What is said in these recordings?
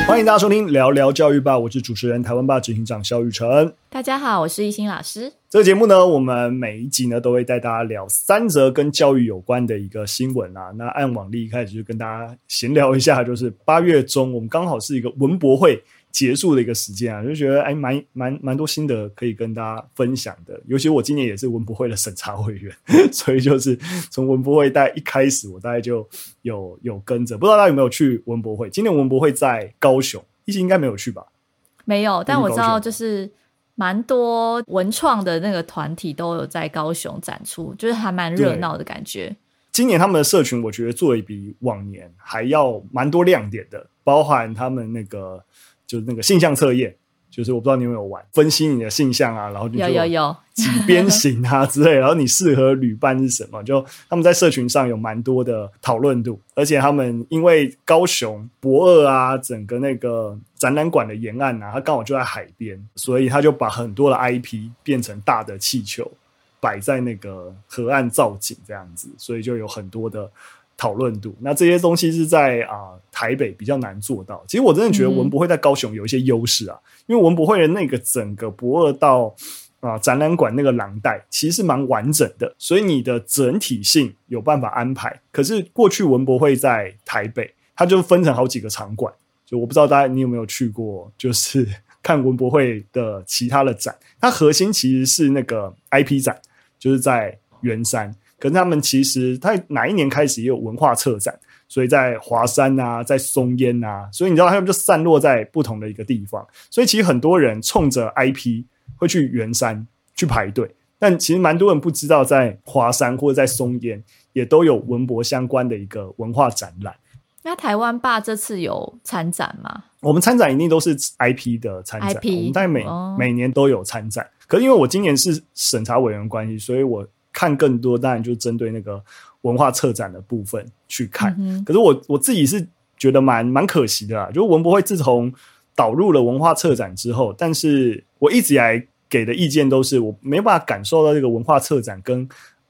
欢迎大家收听聊聊教育吧，我是主持人台湾吧执行长萧育成。 大家好，我是一心老师。 这个节目呢，我们每一集呢都会带大家聊3则跟教育有关的一个新闻啊。那按往例一开始就跟大家闲聊一下，就是8月中我们刚好是一个文博会结束的一个时间啊，就觉得蛮多心得可以跟大家分享的。尤其我今年也是文博会的审查委员，所以就是从文博会大概一开始，我大概就有跟着。不知道大家有没有去文博会？今年文博会在高雄，一起应该没有去吧？ 没有，但我知道就是蛮多文创的那个团体都有在高雄展出，就是还蛮热闹的感觉。 今年他们的社群我觉得做得比往年还要蛮多亮点的，包含他们就是那个性向测验，就是我不知道你有没有玩，分析你的性向啊，然后你就有几边形啊之类，然后你适合旅伴是什么，就他们在社群上有蛮多的讨论度。而且他们因为高雄博二啊，整个那个展览馆的沿岸啊，它刚好就在海边，所以他就把很多的 IP 变成大的气球摆在那个河岸造景这样子，所以就有很多的讨论度。那这些东西是在台北比较难做到。其实我真的觉得文博会在高雄有一些优势啊，因为文博会的那个整个博二到展览馆那个廊带其实是蛮完整的，所以你的整体性有办法安排。可是过去文博会在台北，它就分成好几个场馆，就我不知道大家你有没有去过，就是看文博会的其他的展，它核心其实是那个 IP 展，就是在圆山。可是他们其实他哪一年开始也有文化策展，所以在华山啊，在松烟啊，所以你知道他们就散落在不同的一个地方，所以其实很多人冲着 IP 会去圆山去排队，但其实蛮多人不知道在华山或者在松烟也都有文博相关的一个文化展览。 那台湾吧这次有参展吗？ 我们参展一定都是 IP 的参展， IP 我们大概每年都有参展。可是因为我今年是审查委员关系，所以我看更多当然就针对那个文化策展的部分去看。可是我自己是觉得蛮可惜的啦，就是文博会自从导入了文化策展之后，但是我一直以来给的意见都是我没办法感受到这个文化策展跟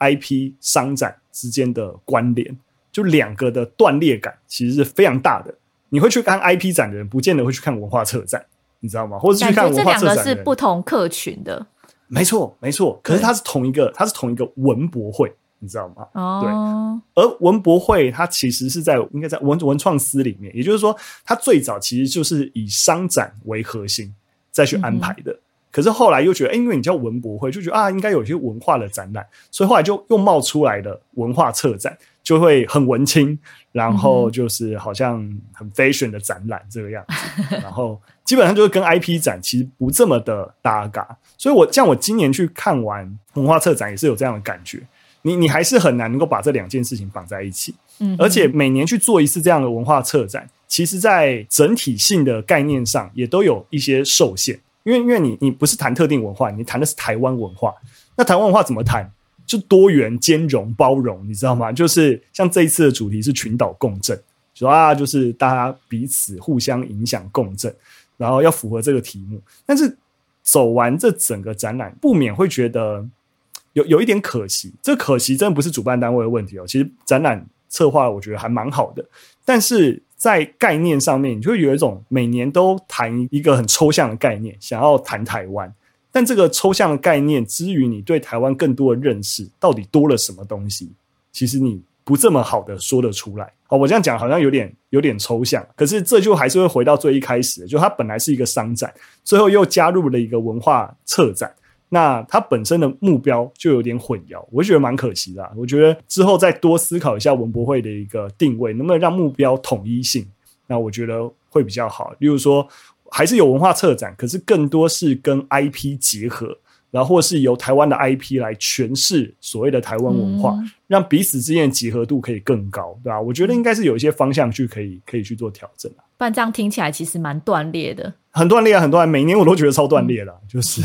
IP 商展之间的关联，就两个的断裂感其实是非常大的。你会去看 IP 展的人不见得会去看文化策展，你知道吗？或者是去看文化策展的人， 这两个是不同客群的。 没错没错，可是它是同一个文博会，你知道吗？对。而文博会它其实是应该在文创司里面，也就是说它最早其实就是以商展为核心再去安排的。可是后来又觉得因为你叫文博会，就觉得应该有一些文化的展览，所以后来就又冒出来了文化策展，就会很文青，然后就是好像很 fashion 的展览这个样子，然后基本上就是跟 IP 展其实不这么的搭嘎。所以我今年去看完文化策展也是有这样的感觉，你还是很难能够把这两件事情绑在一起。而且每年去做一次这样的文化策展，其实在整体性的概念上也都有一些受限，因为你不是谈特定文化，你谈的是台湾文化。那台湾文化怎么谈？就多元、兼容、包容，你知道吗？就是像这一次的主题是群岛共振，说就是大家彼此互相影响共振，然后要符合这个题目。但是走完这整个展览，不免会觉得有一点可惜。这可惜真的不是主办单位的问题哦，其实展览策划我觉得还蛮好的，但是在概念上面，你就会有一种每年都谈一个很抽象的概念，想要谈台湾。但这个抽象的概念之于你对台湾更多的认识到底多了什么东西，其实你不这么好的说得出来。我这样讲好像有点抽象，可是这就还是会回到最一开始的，就它本来是一个商展，最后又加入了一个文化策展，那它本身的目标就有点混淆，我觉得蛮可惜的我觉得之后再多思考一下文博会的一个定位，能不能让目标统一性，那我觉得会比较好。例如说还是有文化策展，可是更多是跟 IP 结合，然后或是由台湾的 IP 来诠释所谓的台湾文化，让彼此之间的结合度可以更高，对吧？我觉得应该是有一些方向去可以去做调整不然这样听起来其实蛮断裂的， 很断裂很断裂，每年我都觉得超断裂的就是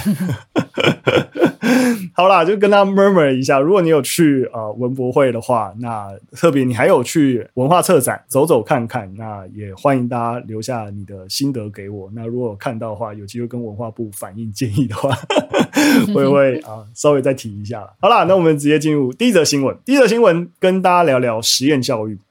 好啦，就跟他 murmur 一下，如果你有去文博会的话，那特别你还有去文化策展走走看看，那也欢迎大家留下你的心得给我。那如果有看到的话，有机会跟文化部反映建议的话我也会稍微再提一下啦。好啦，那我们直接进入第一则新闻。第一则新闻跟大家聊聊实验教育。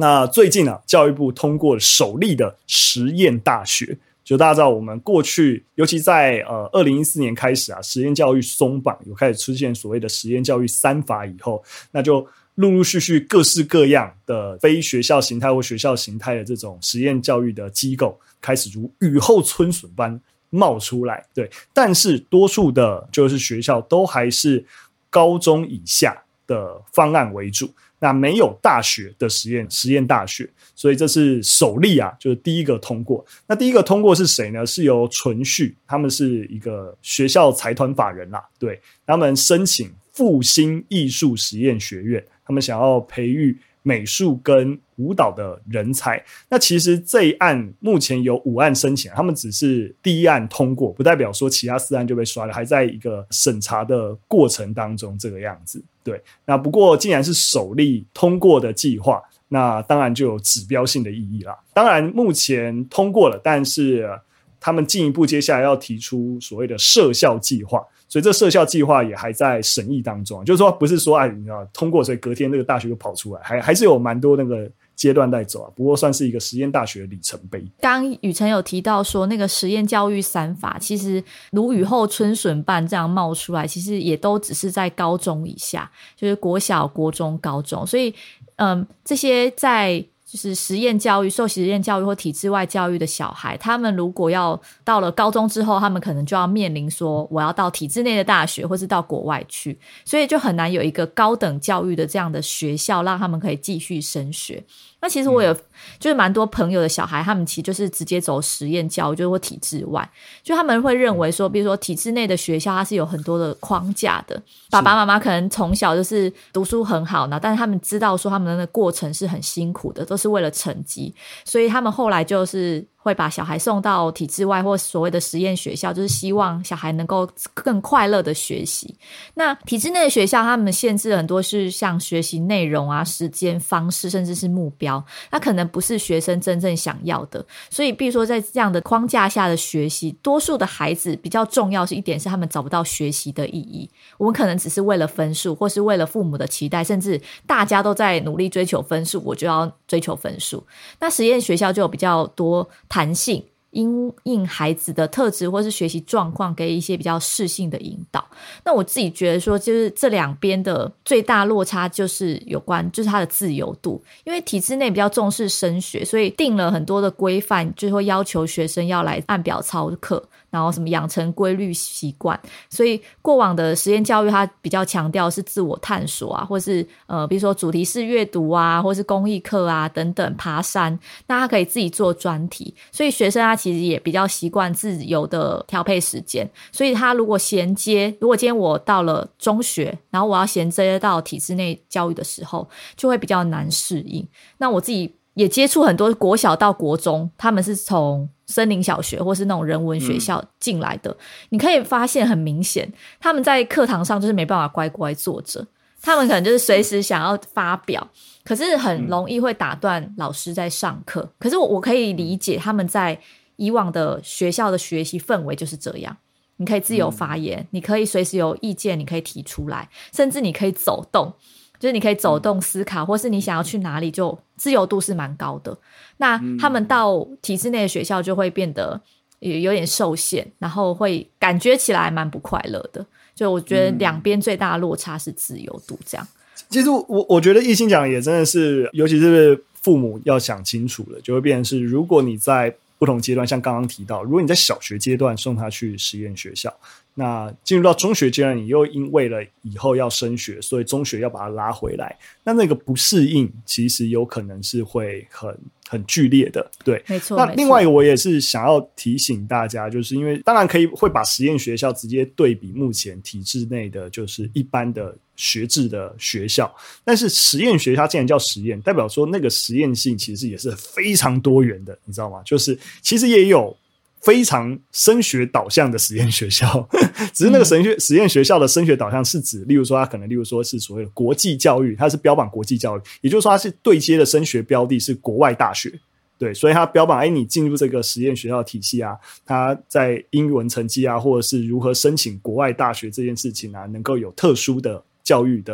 那最近啊，教育部通过了首例的实验大学。就大家知道我们过去尤其在2014年开始啊，实验教育松绑，有开始出现所谓的实验教育3法以后，那就陆陆续续各式各样的非学校形态或学校形态的这种实验教育的机构开始如雨后春笋般冒出来。对，但是多数的就是学校都还是高中以下的方案为主，那没有大学的实验大学，所以这是首例啊，就是第一个通过。那第一个通过是谁呢？是由纯旭，他们是一个学校财团法人啦，对，他们申请复兴艺术实验学院，他们想要培育美术跟舞蹈的人才。那其实这一案目前有5案申请，他们只是第一案通过，不代表说其他4案就被刷了，还在一个审查的过程当中这个样子。对，那不过既然是首例通过的计划，那当然就有指标性的意义啦。当然目前通过了，但是他们进一步接下来要提出所谓的社校计划，所以这社校计划也还在审议当中，就是说不是说你知道通过所以隔天那个大学就跑出来，还是有蛮多那个阶段在走啊，不过算是一个实验大学的里程碑。 刚宇辰有提到说那个实验教育3法其实如雨后春笋般这样冒出来，其实也都只是在高中以下，就是国小国中高中，所以这些在就是实验教育受实验教育或体制外教育的小孩，他们如果要到了高中之后，他们可能就要面临说我要到体制内的大学或是到国外去，所以就很难有一个高等教育的这样的学校让他们可以继续升学。那其实我有就是蛮多朋友的小孩，他们其实就是直接走实验教育，就是或体制外，就他们会认为说比如说体制内的学校它是有很多的框架的，爸爸妈妈可能从小就是读书很好，但是他们知道说他们的那个过程是很辛苦的，都是为了成绩，所以他们后来就是会把小孩送到体制外或所谓的实验学校，就是希望小孩能够更快乐的学习。那体制内的学校他们限制很多是像学习内容啊、时间、方式甚至是目标，那可能不是学生真正想要的，所以比如说在这样的框架下的学习，多数的孩子比较重要是一点是他们找不到学习的意义，我们可能只是为了分数或是为了父母的期待，甚至大家都在努力追求分数，我就要追求分数。那实验学校就有比较多弹性，因应孩子的特质或是学习状况给一些比较适性的引导。那我自己觉得说就是这两边的最大落差就是有关就是它的自由度，因为体制内比较重视升学，所以定了很多的规范，就会要求学生要来按表操课，然后什么养成规律习惯，所以过往的实验教育它比较强调是自我探索啊，或是比如说主题式阅读啊，或是公益课啊等等，爬山，那他可以自己做专题，所以学生他其实也比较习惯自由的调配时间，所以他如果衔接，如果今天我到了中学，然后我要衔接到体制内教育的时候，就会比较难适应。那我自己也接触很多国小到国中，他们是从森林小学或是那种人文学校进来的，你可以发现很明显他们在课堂上就是没办法乖乖坐着，他们可能就是随时想要发表，可是很容易会打断老师在上课。可是我可以理解他们在以往的学校的学习氛围就是这样，你可以自由发言，你可以随时有意见你可以提出来，甚至你可以走动，就是你可以走动思考，或是你想要去哪里，就自由度是蛮高的。那他们到体制内的学校就会变得有点受限，然后会感觉起来蛮不快乐的。就我觉得两边最大的落差是自由度这样。 其实我觉得艺兴讲也真的是，尤其是父母要想清楚了，就会变成是如果你在不同阶段，像刚刚提到，如果你在小学阶段送他去实验学校，那进入到中学阶段，你又因为了以后要升学，所以中学要把它拉回来，那个不适应其实有可能是会很剧烈的。对， 没错。 那另外一个我也是想要提醒大家，就是因为当然会把实验学校直接对比目前体制内的就是一般的学制的学校，但是实验学校既然叫实验，代表说那个实验性其实也是非常多元的，你知道吗？就是其实也有非常升学导向的实验学校，只是那个实验学校的升学导向是指，例如说它可能例如说是所谓的国际教育，它是标榜国际教育，也就是说它是对接的升学标的是国外大学。对，所以它标榜你进入这个实验学校体系啊，它在英文成绩啊，或者是如何申请国外大学这件事情啊，能够有特殊的教育的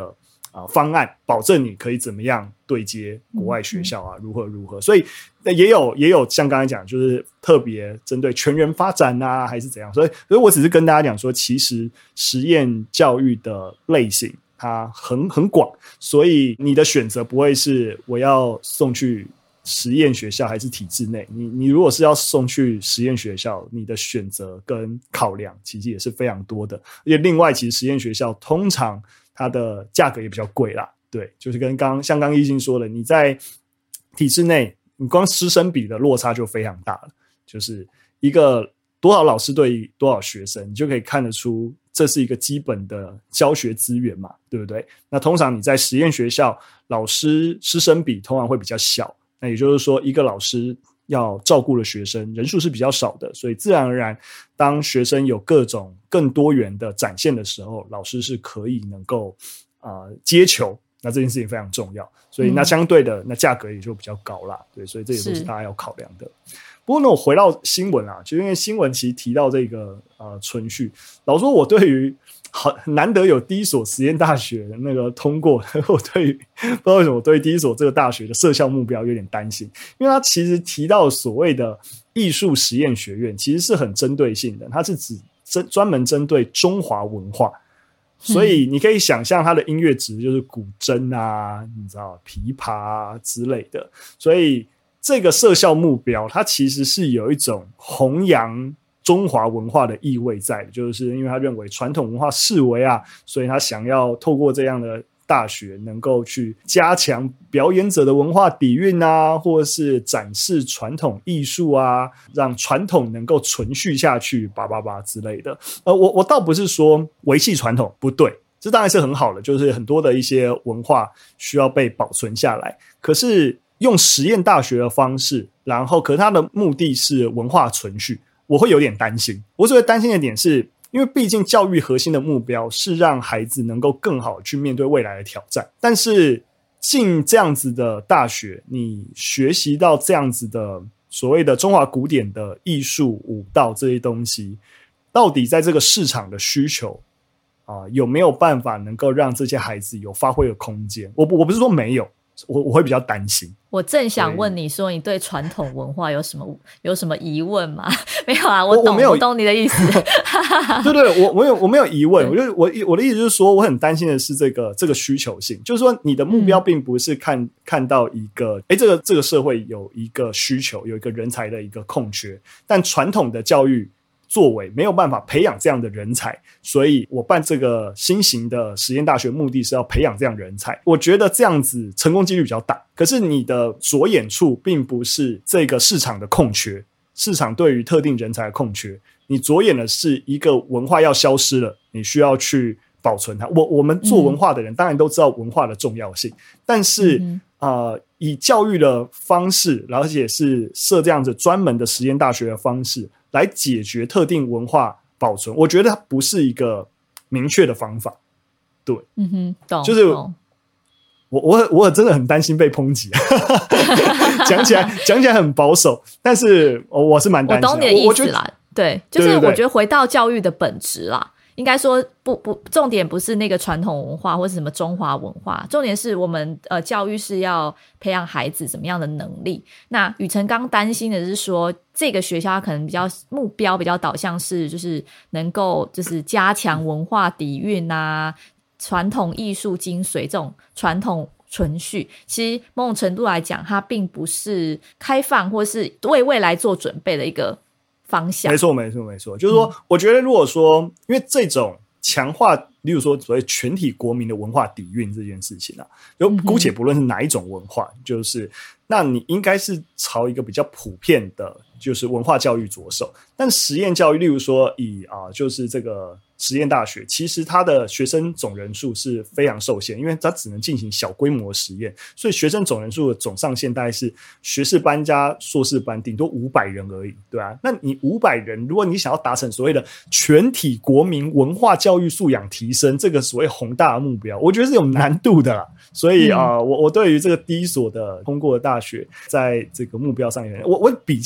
方案，保证你可以怎么样对接国外学校啊，如何，所以也有像刚才讲，就是特别针对全人发展啊，还是怎样，所以我只是跟大家讲说，其实实验教育的类型它很广，所以你的选择不会是我要送去实验学校还是体制内，你如果是要送去实验学校，你的选择跟考量其实也是非常多的，而且另外其实实验学校通常它的价格也比较贵啦，对，就是跟像刚一心说的，你在体制内你光师生比的落差就非常大了，就是一个多少老师对多少学生，你就可以看得出这是一个基本的教学资源嘛，对不对？那通常你在实验学校老师师生比通常会比较小，那也就是说一个老师要照顾的学生人数是比较少的，所以自然而然当学生有各种更多元的展现的时候，老师是可以能够接球，那这件事情非常重要，所以那相对的那价格也就比较高啦，对，所以这也都是大家要考量的。不过呢，我回到新闻啊，就因为新闻其实提到这个存续，老实说我对于难得有第一所实验大学的那个通过，我对于不知道为什么我对第一所这个大学的设校目标有点担心，因为它其实提到所谓的艺术实验学院其实是很针对性的，它是专门针对中华文化，所以你可以想象它的音乐值就是古筝啊，你知道琵琶啊之类的，所以这个设校目标它其实是有一种弘扬中华文化的意味在的，就是因为他认为传统文化式微啊，所以他想要透过这样的大学能够去加强表演者的文化底蕴啊，或是展示传统艺术啊，让传统能够存续下去之类的。我倒不是说维系传统不对，这当然是很好的，就是很多的一些文化需要被保存下来，可是用实验大学的方式，然后可是它的目的是文化存续，我会有点担心。我所谓担心的点是，因为毕竟教育核心的目标是让孩子能够更好去面对未来的挑战，但是进这样子的大学，你学习到这样子的所谓的中华古典的艺术舞蹈这些东西，到底在这个市场的需求有没有办法能够让这些孩子有发挥的空间？我不是说没有，我会比较担心。 我正想问你说，你对传统文化有什么疑问吗？没有啊，我懂你的意思。 对，我没有疑问，我的意思就是说，我很担心的是这个需求性，就是说你的目标并不是看到一个这个社会有一个需求，有一个人才的一个空缺，但传统的教育作为没有办法培养这样的人才，所以我办这个新型的实验大学目的是要培养这样人才，我觉得这样子成功几率比较大。可是你的着眼处并不是这个市场的空缺，市场对于特定人才的空缺，你着眼的是一个文化要消失了，你需要去保存它。我们做文化的人当然都知道文化的重要性，但是以教育的方式，而且是设这样子专门的实验大学的方式来解决特定文化保存，我觉得它不是一个明确的方法。对， 懂， 就是我真的很担心被抨击，讲起来很保守，但是我是蛮担心的。 我懂你的意思啦，对，就是我觉得回到教育的本质啦。应该说重点不是那个传统文化或是什么中华文化，重点是我们教育是要培养孩子怎么样的能力。那宇辰刚担心的是说，这个学校它可能目标比较导向是就是能够就是加强文化底蕴啊，传统艺术精髓这种传统存续，其实某种程度来讲，它并不是开放或是为未来做准备的一个方向。 没错，就是说我觉得如果说因为这种强化例如说所谓全体国民的文化底蕴这件事情就姑且不论是哪一种文化，就是那你应该是朝一个比较普遍的就是文化教育着手，但实验教育例如说以就是这个实验大学，其实它的学生总人数是非常受限，因为它只能进行小规模实验，所以学生总人数的总上限大概是学士班加硕士班顶多500人而已，对吧？那你500人，如果你想要达成所谓的全体国民文化教育素养提升这个所谓宏大的目标，我觉得是有难度的啦。所以我对于这个第一所的通过的大学在这个目标上面，我比较一下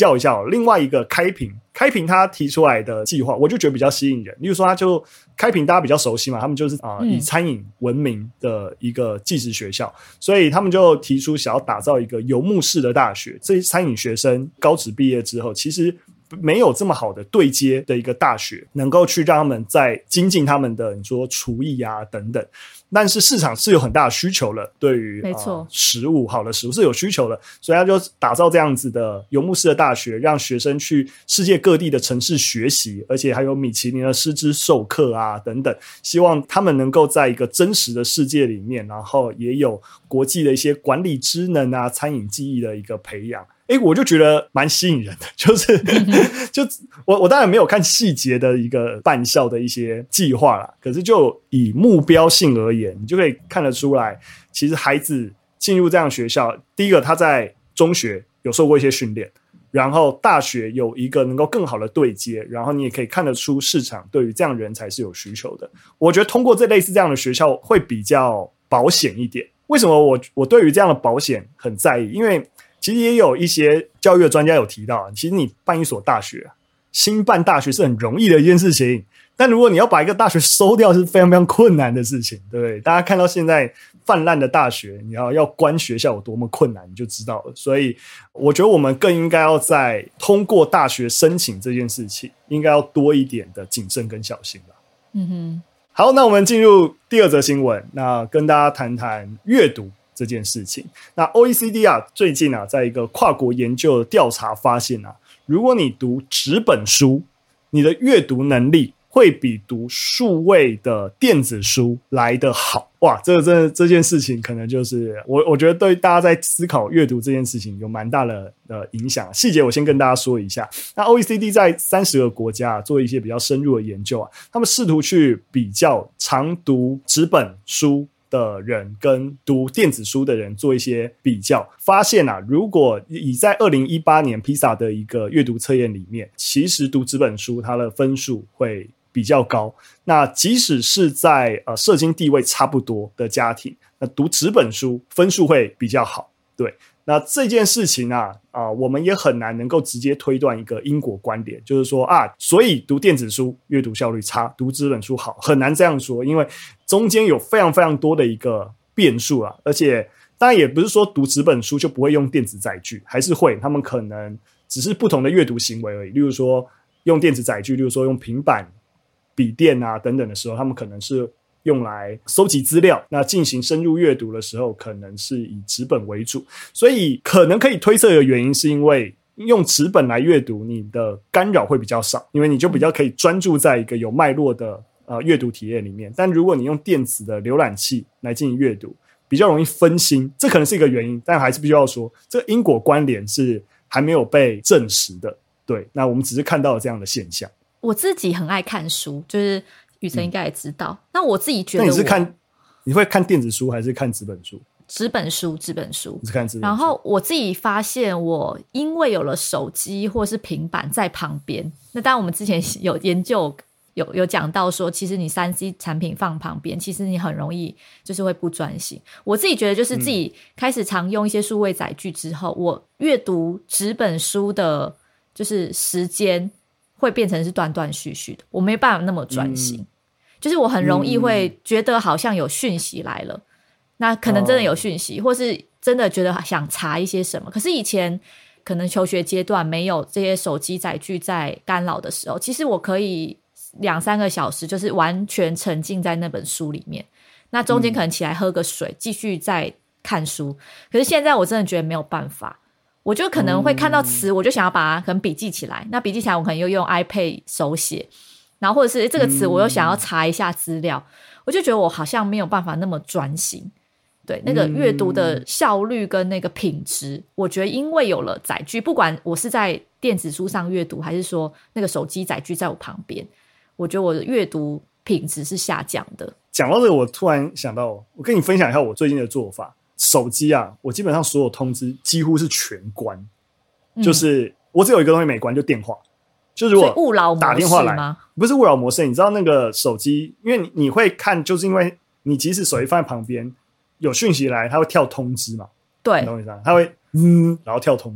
好了，另外一个开平他提出来的计划，我就觉得比较吸引人。例如说，他就开平大家比较熟悉嘛，他们就是以餐饮闻名的一个技职学校，所以他们就提出想要打造一个游牧式的大学。这些餐饮学生高职毕业之后，其实没有这么好的对接的一个大学，能够去让他们再精进他们的你说厨艺啊等等。但是市场是有很大的需求了，对于没错， 食物好的食物是有需求的，所以他就打造这样子的游牧式的大学，让学生去世界各地的城市学习，而且还有米其林的师资授课啊等等，希望他们能够在一个真实的世界里面，然后也有国际的一些管理职能啊、餐饮技艺的一个培养。我就觉得蛮吸引人的，就是就我当然没有看细节的一个办校的一些计划啦，可是就以目标性而言，你就可以看得出来，其实孩子进入这样的学校，第一个他在中学有受过一些训练，然后大学有一个能够更好的对接，然后你也可以看得出市场对于这样人才是有需求的。我觉得通过类似这样的学校会比较保险一点。为什么我对于这样的保险很在意？因为其实也有一些教育的专家有提到，其实你办一所大学，新办大学是很容易的一件事情，但如果你要把一个大学收掉是非常非常困难的事情，对不对？大家看到现在泛滥的大学，你要关学校有多么困难你就知道了。所以我觉得我们更应该要在通过大学申请这件事情应该要多一点的谨慎跟小心吧。好，那我们进入第二则新闻，那跟大家谈谈阅读这件事情。那 OECD 最近在一个跨国研究的调查发现如果你读纸本书，你的阅读能力会比读数位的电子书来得好。哇，这件事情可能就是我觉得对大家在思考阅读这件事情有蛮大的影响。细节我先跟大家说一下。那 OECD 在30个国家做一些比较深入的研究他们试图去比较常读纸本书的人跟读电子书的人做一些比较，发现如果以在2018年 PISA 的一个阅读测验里面，其实读纸本书它的分数会比较高。那即使是在社经地位差不多的家庭，那读纸本书分数会比较好。对，那这件事情我们也很难能够直接推断一个因果关联，就是说所以读电子书阅读效率差，读纸本书好，很难这样说，因为中间有非常非常多的一个变数而且当然也不是说读纸本书就不会用电子载具，还是会，他们可能只是不同的阅读行为而已。例如说用电子载具，例如说用平板、笔电等等的时候，他们可能是用来搜集资料，那进行深入阅读的时候可能是以纸本为主，所以可能可以推测的原因是因为用纸本来阅读你的干扰会比较少，因为你就比较可以专注在一个有脉络的阅读体验里面。但如果你用电子的浏览器来进行阅读，比较容易分心，这可能是一个原因，但还是必须要说这个因果关联是还没有被证实的。对，那我们只是看到了这样的现象。 我自己很爱看书，就是宇辰应该也知道。那我自己觉得你会看电子书还是看纸本书？ 纸本书。 你是看纸本书。 然后我自己发现，我因为有了手机或是平板在旁边，那当然我们之前有研究有讲到说，其实你 3C 产品放旁边，其实你很容易就是会不专心。我自己觉得就是自己开始常用一些数位载具之后，我阅读纸本书的就是时间会变成是断断续续的，我没办法那么专心。就是我很容易会觉得好像有讯息来了，那可能真的有讯息，或是真的觉得想查一些什么。可是以前可能求学阶段没有这些手机载具在干扰的时候，其实我可以2-3个小时就是完全沉浸在那本书里面，那中间可能起来喝个水继续再看书。可是现在我真的觉得没有办法，我就可能会看到词我就想要把它可能笔记起来，那笔记起来我可能又用 iPad 手写，然后或者是这个词我又想要查一下资料，我就觉得我好像没有办法那么专心。对，那个阅读的效率跟那个品质，我觉得因为有了载具，不管我是在电子书上阅读还是说那个手机载具在我旁边，我觉得我的阅读品质是下降的。 讲到这个我突然想到，我跟你分享一下我最近的做法。手机我基本上所有通知几乎是全关，就是我只有一个东西没关，就电话。就如果勿扰模式打电话来，不是勿扰模式，你知道那个手机，因为你会看，就是因为你即使手机放在旁边，有讯息来，它会跳通知嘛？ 对， 你懂我意思吗？它会然后跳通知。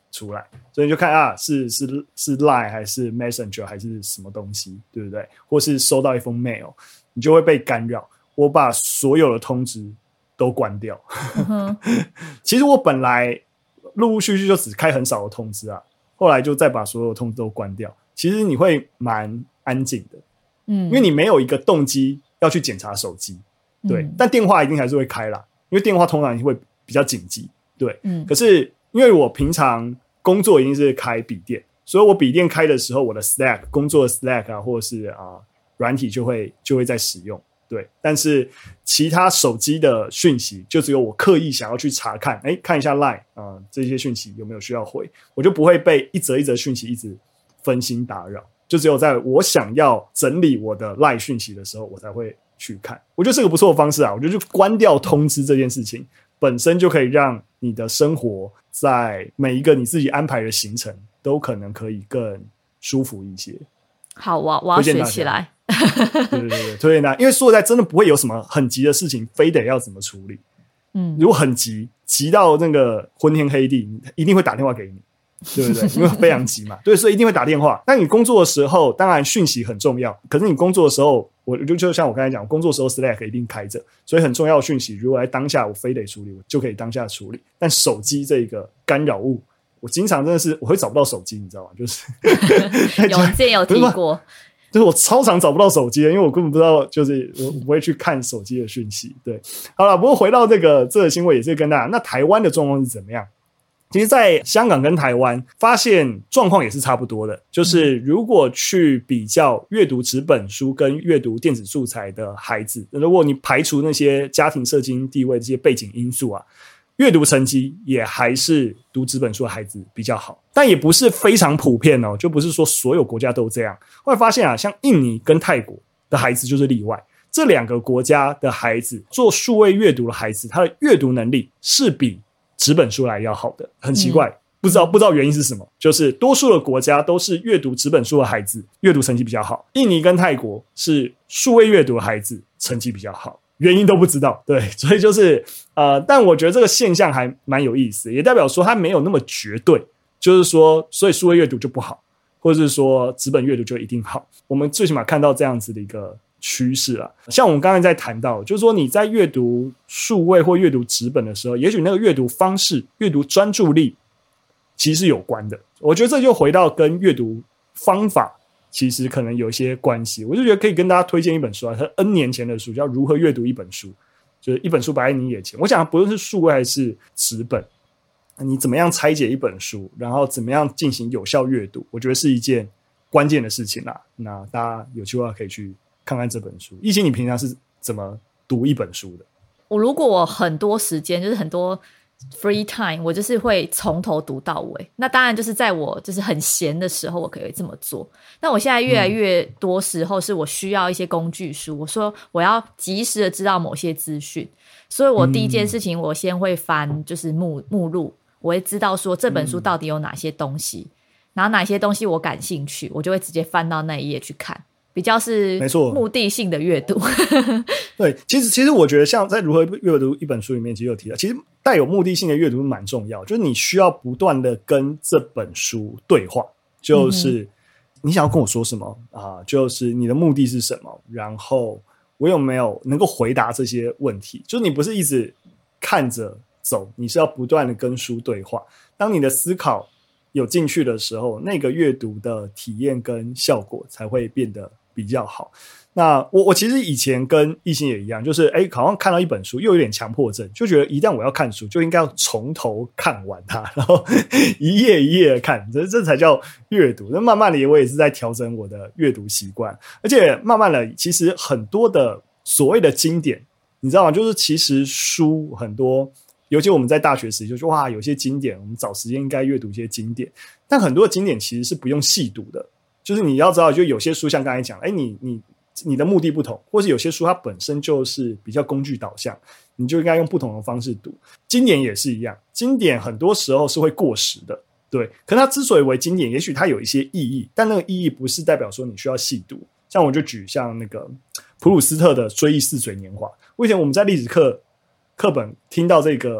出来，所以你就看啊，是 Line 还是 Messenger 还是什么东西，对不对？或是收到一封 mail， 你就会被干扰。我把所有的通知都关掉。其实我本来陆陆续续就只开很少的通知啊，后来就再把所有的通知都关掉。其实你会蛮安静的，因为你没有一个动机要去检查手机，对。但电话一定还是会开啦，因为电话通常会比较紧急，对。可是因为我平常工作一定是开笔电，所以我笔电开的时候，我的 Slack 工作的 Slack 啊，或者是软体就会在使用。对，但是其他手机的讯息就只有我刻意想要去查看，看一下 Line 这些讯息有没有需要回，我就不会被一则一则讯息一直分心打扰，就只有在我想要整理我的 Line 讯息的时候，我才会去看。我觉得是个不错的方式啊，我觉得就关掉通知这件事情本身就可以让你的生活在每一个你自己安排的行程都可能可以更舒服一些。 好，我要学起来。 对，推荐他，因为说实在真的不会有什么很急的事情非得要怎么处理。如果很急到那个昏天黑地，一定会打电话给你，对不对？因为非常急嘛，对，所以一定会打电话。那你工作的时候当然讯息很重要，可是你工作的时候我就像我刚才讲，工作的时候 Slack 一定开着，所以很重要的讯息如果在当下我非得处理，我就可以当下处理。但手机这个干扰物，我经常真的是我会找不到手机，你知道吗？就是有之前有提过， 就是我超常找不到手机的，因为我根本不知道，就是我不会去看手机的讯息。对，好了，不过回到这个新闻也是跟大家，那台湾的状况是怎么样？其实在香港跟台湾发现状况也是差不多的，就是如果去比较阅读纸本书跟阅读电子素材的孩子，如果你排除那些家庭社经地位这些背景因素啊，阅读成绩也还是读纸本书的孩子比较好，但也不是非常普遍哦，就不是说所有国家都这样。后来发现啊，像印尼跟泰国的孩子就是例外，这两个国家的孩子做数位阅读的孩子，他的阅读能力是比纸本书来要好的，很奇怪，不知道原因是什么，就是多数的国家都是阅读纸本书的孩子阅读成绩比较好，印尼跟泰国是数位阅读的孩子成绩比较好，原因都不知道，对，所以就是但我觉得这个现象还蛮有意思，也代表说它没有那么绝对，就是说所以数位阅读就不好，或者是说纸本阅读就一定好，我们最起码看到这样子的一个趋势啦。像我们刚才在谈到，就是说你在阅读数位或阅读纸本的时候，也许那个阅读方式、阅读专注力其实是有关的。我觉得这就回到跟阅读方法其实可能有一些关系。我就觉得可以跟大家推荐一本书啊，它 N 年前的书，叫《如何阅读一本书》，就是一本书摆在你眼前。我想不论是数位还是纸本，你怎么样拆解一本书，然后怎么样进行有效阅读，我觉得是一件关键的事情啦。那大家有机会可以去看看这本书。奕欣，你平常是怎么读一本书的？ 如果我很多时间，就是很多 free time， 我就是会从头读到尾。那当然就是在我就是很闲的时候，我可以这么做。但我现在越来越多时候是我需要一些工具书，我说我要及时的知道某些资讯，所以我第一件事情我先会翻就是目录，我会知道说这本书到底有哪些东西，然后哪些东西我感兴趣，我就会直接翻到那一页去看。比较是目的性的阅读。 对，其实我觉得像在如何阅读一本书里面其实有提到，其实带有目的性的阅读蛮重要，就是你需要不断的跟这本书对话，就是你想要跟我说什么就是你的目的是什么，然后我有没有能够回答这些问题，就是你不是一直看着走，你是要不断的跟书对话，当你的思考有进去的时候，那个阅读的体验跟效果才会变得比较好。那我其实以前跟奕欣也一样，就是好像看到一本书又有点强迫症，就觉得一旦我要看书就应该要从头看完它，然后一页一页的看，这才叫阅读。那慢慢的我也是在调整我的阅读习惯，而且慢慢的其实很多的所谓的经典，你知道吗，就是其实书很多，尤其我们在大学时期就说哇，有些经典我们找时间应该阅读一些经典，但很多的经典其实是不用细读的，就是你要知道，就有些书像刚才讲你的目的不同，或是有些书它本身就是比较工具导向，你就应该用不同的方式读。经典也是一样，经典很多时候是会过时的，对，可它之所以为经典，也许它有一些意义，但那个意义不是代表说你需要细读。像我就举像那个普鲁斯特的《追忆似水年华》，我以前我们在历史课本听到这个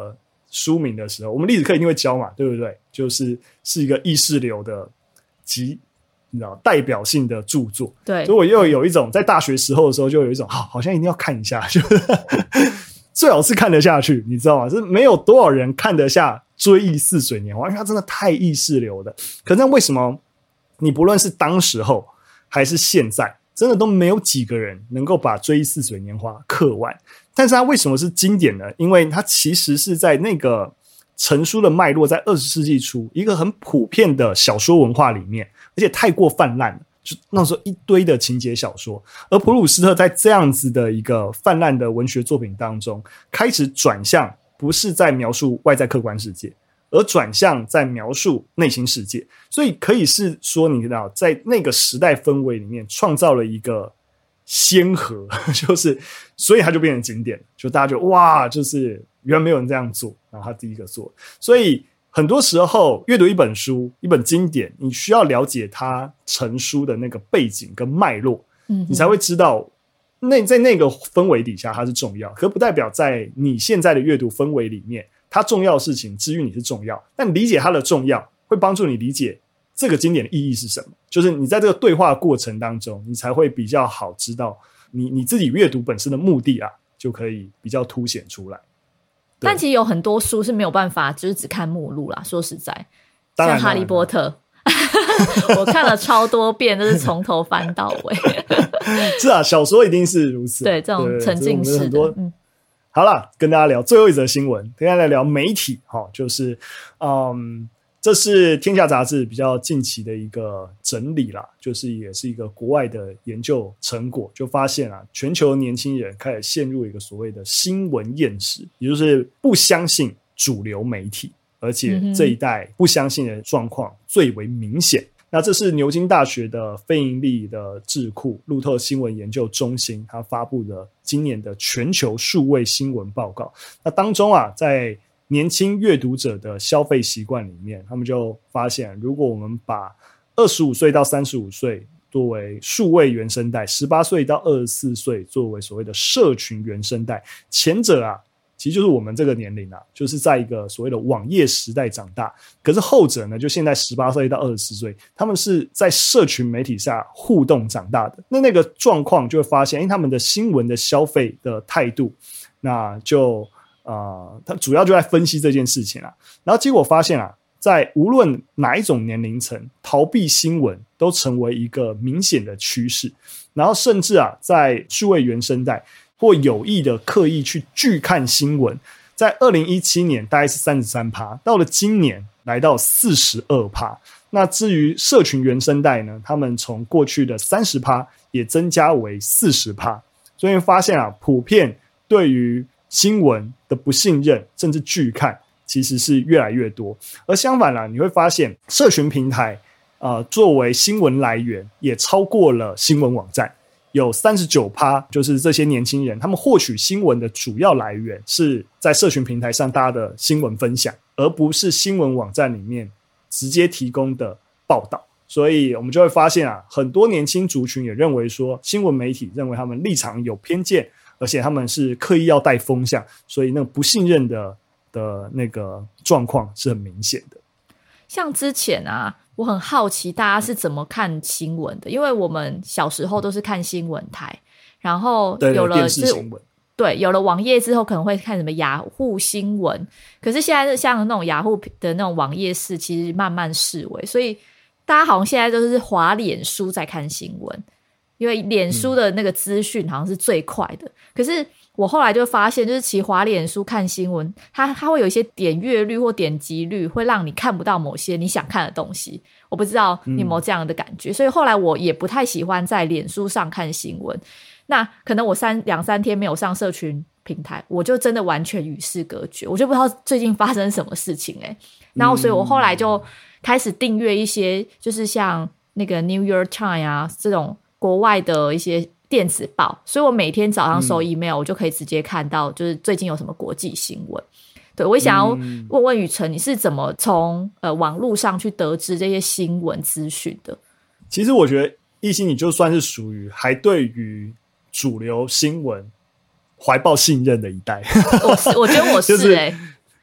书名的时候，我们历史课一定会教嘛，对不对？是一个意识流的你知道代表性的著作。 对， 所以我又有一种在大学时候的时候就有一种好像一定要看一下，就是最好是看得下去，你知道吗？是没有多少人看得下追忆似水年华，因为它真的太意识流的。可是为什么你不论是当时候还是现在，真的都没有几个人能够把追忆似水年华刻完？但是它为什么是经典呢？因为它其实是在那个成书的脉络，在20世纪初一个很普遍的小说文化里面，而且太过泛滥了，就那时候一堆的情节小说，而普鲁斯特在这样子的一个泛滥的文学作品当中，开始转向不是在描述外在客观世界，而转向在描述内心世界。所以可以是说，你知道在那个时代氛围里面创造了一个先河，就是所以它就变成经典，就大家就哇，就是原来没有人这样做，然后他第一个做。所以很多时候阅读一本书一本经典，你需要了解它成书的那个背景跟脉络，你才会知道在那个氛围底下它是重要，可不代表在你现在的阅读氛围里面它重要的事情之于你是重要，但理解它的重要会帮助你理解这个经典的意义是什么，就是你在这个对话过程当中你才会比较好知道你自己阅读本身的目的就可以比较凸显出来。 但其实有很多书是没有办法就是只看目录啦，说实在像哈利波特我看了超多遍，就是从头翻到尾是啊，小说一定是如此， 对，这种沉浸式的。 好啦，跟大家聊最后一则新闻，跟大家来聊媒体，就是这是天下杂志比较近期的一个整理啦，就是也是一个国外的研究成果，就发现全球年轻人开始陷入一个所谓的新闻厌食，也就是不相信主流媒体，而且这一代不相信的状况最为明显。那这是牛津大学的非营利的智库路透新闻研究中心他发布的今年的全球数位新闻报告。那当中在年轻阅读者的消费习惯里面，他们就发现如果我们把25岁到35岁作为数位原生代，18岁到24岁作为所谓的社群原生代，前者其实就是我们这个年龄就是在一个所谓的网页时代长大，可是后者呢，就现在18岁到24岁，他们是在社群媒体下互动长大的。那个状况就会发现，他们的新闻的消费的态度，那就他主要就在分析这件事情然后结果发现在无论哪一种年龄层，逃避新闻都成为一个明显的趋势。然后甚至在数位原生代或有意的刻意去拒看新闻，在2017年大概是 33%， 到了今年来到 42%。 那至于社群原生代呢，他们从过去的 30% 也增加为 40%。 所以发现普遍对于新闻的不信任甚至拒看其实是越来越多。而相反你会发现社群平台作为新闻来源也超过了新闻网站，有 39%， 就是这些年轻人他们获取新闻的主要来源是在社群平台上大家的新闻分享，而不是新闻网站里面直接提供的报道。所以我们就会发现很多年轻族群也认为说新闻媒体认为他们立场有偏见，而且他们是刻意要带风向，所以那个不信任的那个状况是很明显的。 像之前我很好奇大家是怎么看新闻的，因为我们小时候都是看新闻台，然后有了电视新闻， 对，有了网页之后可能会看什么雅虎新闻，可是现在像那种雅虎的那种网页式其实慢慢式微，所以大家好像现在都是滑脸书在看新闻，因为脸书的那个资讯好像是最快的。可是我后来就发现，就是其实滑脸书看新闻，它会有一些点阅率或点击率会让你看不到某些你想看的东西。我不知道你有没有这样的感觉，所以后来我也不太喜欢在脸书上看新闻。那可能我两三天没有上社群平台，我就真的完全与世隔绝，我就不知道最近发生什么事情然后所以我后来就开始订阅一些就是像那个 New York Times 这种国外的一些电子报，所以我每天早上收 email 我就可以直接看到就是最近有什么国际新闻。对，我想要问问宇辰，你是怎么从网络上去得知这些新闻资讯的？ 其实我觉得奕欣你就算是属于还对于主流新闻怀抱信任的一代我觉得我是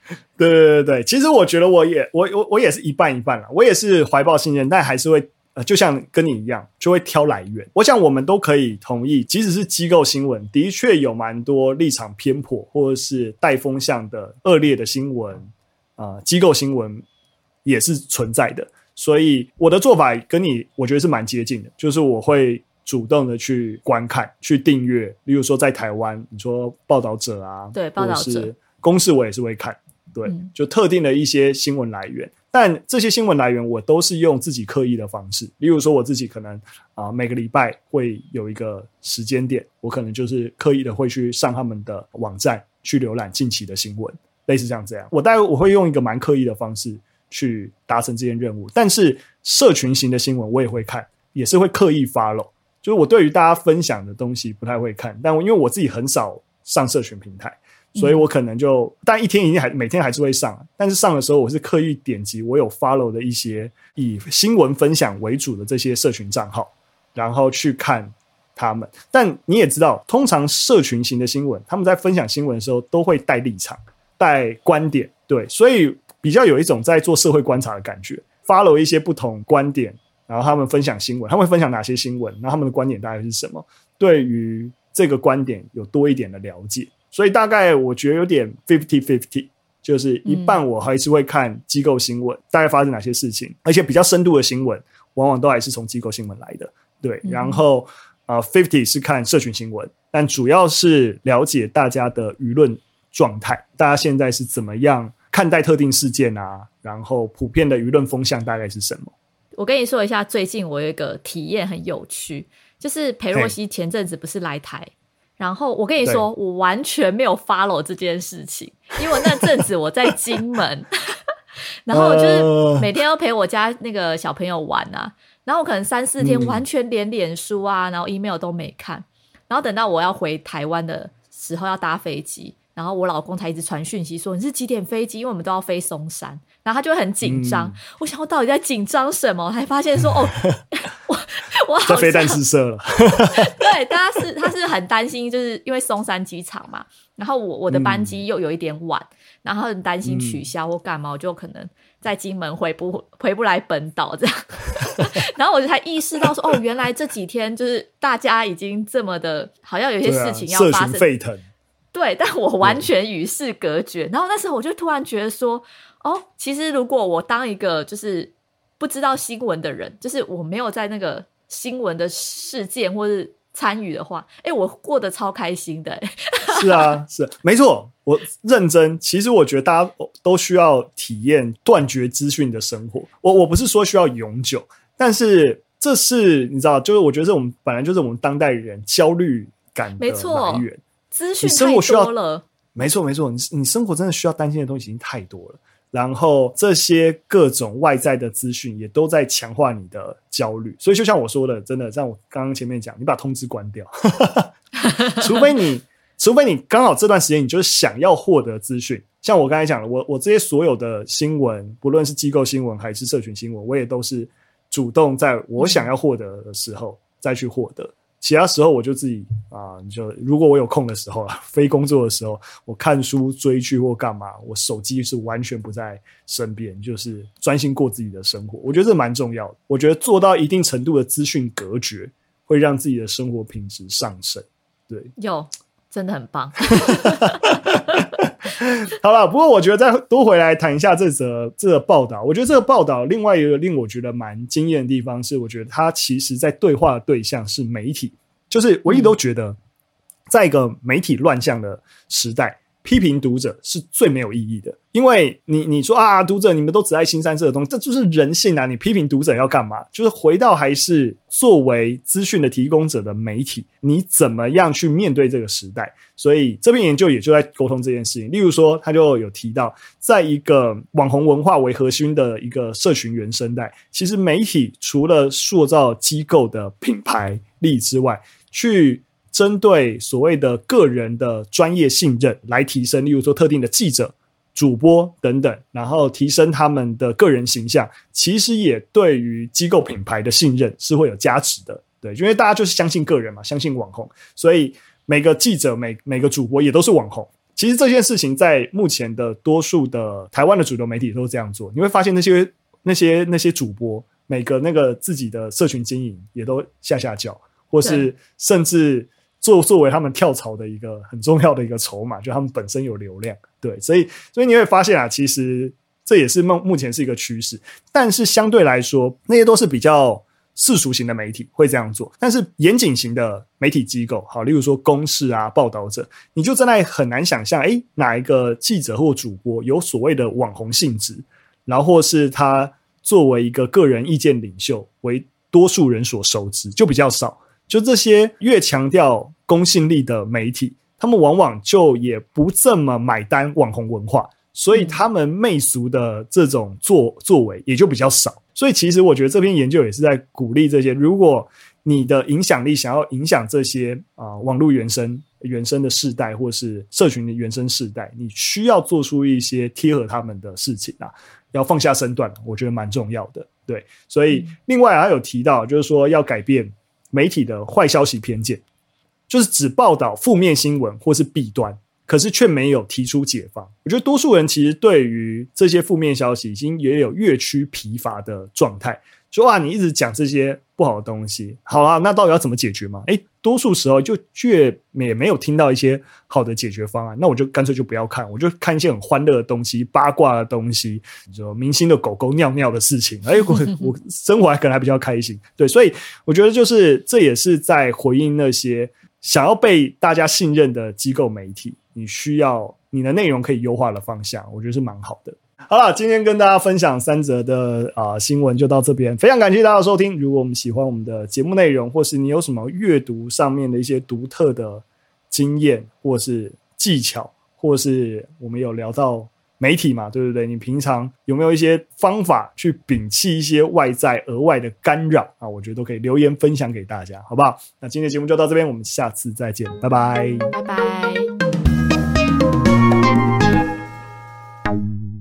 对对对对，其实我觉得我也是一半一半啦，我也是怀抱信任，但还是会就像跟你一样，就会挑来源。我想我们都可以同意，即使是机构新闻，的确有蛮多立场偏颇或者是带风向的恶劣的新闻，机构新闻也是存在的。所以我的做法跟你我觉得是蛮接近的，就是我会主动的去观看、去订阅。例如说在台湾，你说报道者啊， 对，报道者、 公视我也是会看，对，就特定的一些新闻来源。但这些新闻来源我都是用自己刻意的方式，例如说我自己可能每个礼拜会有一个时间点，我可能就是刻意的会去上他们的网站去浏览近期的新闻，类似这样。我大概我会用一个蛮刻意的方式去达成这件任务。但是社群型的新闻我也会看，也是会刻意 follow， 就是我对于大家分享的东西不太会看，但因为我自己很少上社群平台，所以我可能但一天一定每天还是会上，但是上的时候我是刻意点击我有 follow 的一些以新闻分享为主的这些社群账号，然后去看他们。但你也知道，通常社群型的新闻他们在分享新闻的时候都会带立场、带观点，对，所以比较有一种在做社会观察的感觉， follow 一些不同观点，然后他们分享新闻，他们会分享哪些新闻，然后他们的观点大概是什么，对于这个观点有多一点的了解。所以大概我觉得有点 50-50， 就是一半我还是会看机构新闻，大概发生哪些事情，而且比较深度的新闻往往都还是从机构新闻来的，对。然后50是看社群新闻，但主要是了解大家的舆论状态，大家现在是怎么样看待特定事件啊，然后普遍的舆论风向大概是什么。 我跟你说一下，最近我有一个体验很有趣，就是裴若曦前阵子不是来台，然后我跟你说我完全没有 follow 这件事情，因为那阵子我在金门然后我就是每天都陪我家那个小朋友玩啊，然后我可能3-4天完全连脸书啊然后 email 都没看，然后等到我要回台湾的时候要搭飞机，然后我老公才一直传讯息说你是几点飞机，因为我们都要飞松山，然后他就会很紧张，我想我到底在紧张什么，还发现说我好像在飞弹试射了对，他是很担心，就是因为松山机场嘛，然后我的班机又有一点晚，然后很担心取消或干嘛，我就可能在金门回不来本岛这样然后我就才意识到说原来这几天就是大家已经这么的好像有些事情要发生， 社群沸腾， 对，但我完全与世隔绝。然后那时候我就突然觉得说其实如果我当一个就是不知道新闻的人，就是我没有在那个新闻的事件或是参与的话，我过得超开心的是啊，是没错，我认真。其实我觉得大家都需要体验断绝资讯的生活。我不是说需要永久，但是这是你知道，就是我觉得这本来就是我们当代人焦虑感的来源。 资讯太多了， 没错，你生活真的需要担心的东西已经太多了。然后这些各种外在的资讯也都在强化你的焦虑，所以就像我说的，真的像我刚刚前面讲，你把通知关掉除非你刚好这段时间你就是想要获得资讯，像我刚才讲的，我这些所有的新闻，不论是机构新闻还是社群新闻，我也都是主动在我想要获得的时候再去获得，其他时候我就自己就如果我有空的时候非工作的时候，我看书追剧或干嘛，我手机是完全不在身边，就是专心过自己的生活。我觉得这蛮重要的，我觉得做到一定程度的资讯隔绝会让自己的生活品质上升。对， 真的很棒好了，不过我觉得再多回来谈一下这个报道，我觉得这个报道另外一个令我觉得蛮惊艳的地方是，我觉得它其实在对话的对象是媒体，就是我一直都觉得在一个媒体乱象的时代，批评读者是最没有意义的，因为你说读者你们都只爱新三色的东西，这就是人性啊！你批评读者要干嘛？就是回到还是作为资讯的提供者的媒体，你怎么样去面对这个时代？所以这篇研究也就在沟通这件事情。例如说，他就有提到，在一个网红文化为核心的一个社群原生代，其实媒体除了塑造机构的品牌力之外，去针对所谓的个人的专业信任来提升，例如说特定的记者、主播等等，然后提升他们的个人形象，其实也对于机构品牌的信任是会有加持的。对，因为大家就是相信个人嘛，相信网红，所以每个记者、每个主播也都是网红， 其实这件事情在目前的多数的台湾的主流媒体都这样做，你会发现那些主播每个那个自己的社群经营也都下叫，或是甚至作为他们跳槽的一个很重要的一个筹码，就他们本身有流量。对，所以你会发现啊，其实这也是目前是一个趋势，但是相对来说那些都是比较世俗型的媒体会这样做，但是严谨型的媒体机构，好，例如说公视啊、报道者，你就真的很难想象哪一个记者或主播有所谓的网红性质，然后或是他作为一个个人意见领袖为多数人所熟知，就比较少。就这些越强调公信力的媒体，他们往往就也不这么买单网红文化，所以他们媚俗的这种作为也就比较少。所以其实我觉得这篇研究也是在鼓励这些，如果你的影响力想要影响这些网络原生的世代，或是社群的原生世代，你需要做出一些贴合他们的事情啊，要放下身段，我觉得蛮重要的。对，所以另外还有提到就是说要改变媒体的坏消息偏见，就是只报道负面新闻或是弊端，可是却没有提出解方。我觉得多数人其实对于这些负面消息已经也有越趋疲乏的状态，说你一直讲这些不好的东西，好啦，那到底要怎么解决吗？多数时候就却也没有听到一些好的解决方案，那我就干脆就不要看，我就看一些很欢乐的东西、八卦的东西，说明星的狗狗尿尿的事情，我生活还可能还比较开心。对，所以我觉得就是这也是在回应那些想要被大家信任的机构媒体，你需要你的内容可以优化的方向，我觉得是蛮好的。好了，今天跟大家分享3则的新闻就到这边，非常感谢大家的收听。如果我们喜欢我们的节目内容，或是你有什么阅读上面的一些独特的经验或是技巧，或是我们有聊到媒体嘛，对不对？你平常有没有一些方法去摒弃一些外在额外的干扰啊？我觉得都可以留言分享给大家，好不好？那今天的节目就到这边，我们下次再见，拜拜， 拜拜。